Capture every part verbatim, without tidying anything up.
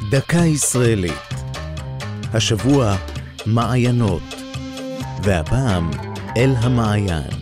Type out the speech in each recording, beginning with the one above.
דקה ישראלית. השבוע מעיינות, והפעם אל המעיין.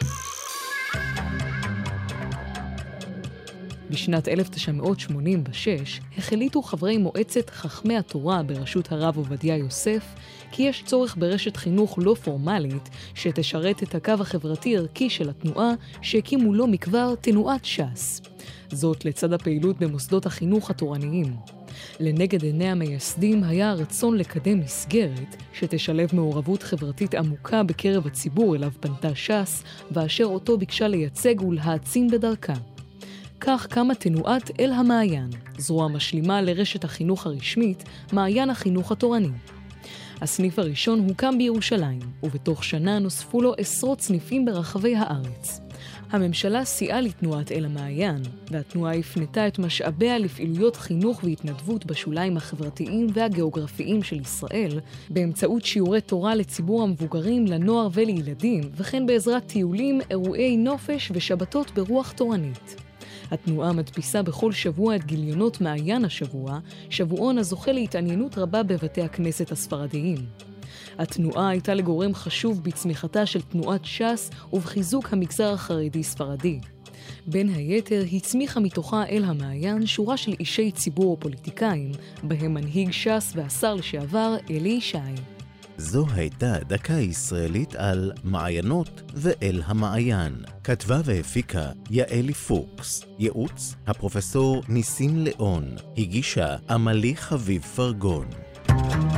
בשנת אלף תשע מאות שמונים ושש החליטו חברי מועצת חכמי התורה בראשות הרב עובדיה יוסף כי יש צורך ברשת חינוך לא פורמלית שתשרת את הקו החברתי-ערכי של התנועה שהקימו לו מכבר תנועת ש"ס. זאת לצד הפעילות במוסדות החינוך התורניים. לנגד עיני המייסדים היה הרצון לקדם מסגרת שתשלב מעורבות חברתית עמוקה בקרב הציבור אליו פנתה ש"ס, ואשר אותו ביקשה לייצג ולהעצים בדרכה. כך קמה תנועת אל המעיין, זרוע משלימה לרשת החינוך הרשמית, מעיין החינוך התורני. הסניף הראשון הוקם בירושלים, ובתוך שנה נוספו לו עשרות סניפים ברחבי הארץ. הממשלה סייעה לתנועת אל המעיין, והתנועה הפנתה את משאביה לפעילויות חינוך והתנדבות בשוליים החברתיים והגיאוגרפיים של ישראל, באמצעות שיעורי תורה לציבור המבוגרים, לנוער ולילדים, וכן בעזרת טיולים, אירועי נופש ושבתות ברוח תורנית. התנועה מדפיסה בכל שבוע את גיליונות מעיין השבוע, שבועון הזוכה להתעניינות רבה בבתי הכנסת הספרדיים. התנועה הייתה לגורם חשוב בצמיחתה של תנועת ש"ס ובחיזוק המגזר החרדי-ספרדי. בין היתר הצמיחה מתוכה אל המעיין שורה של אישי ציבור ופוליטיקאים, בהם מנהיג ש"ס והשר לשעבר אלי ישי. זו הייתה דקה ישראלית על מעיינות ואל המעיין. כתבה והפיקה יעלי פוקס. ייעוץ הפרופסור ניסים ליאון. הגישה עמלי חביב פרגון.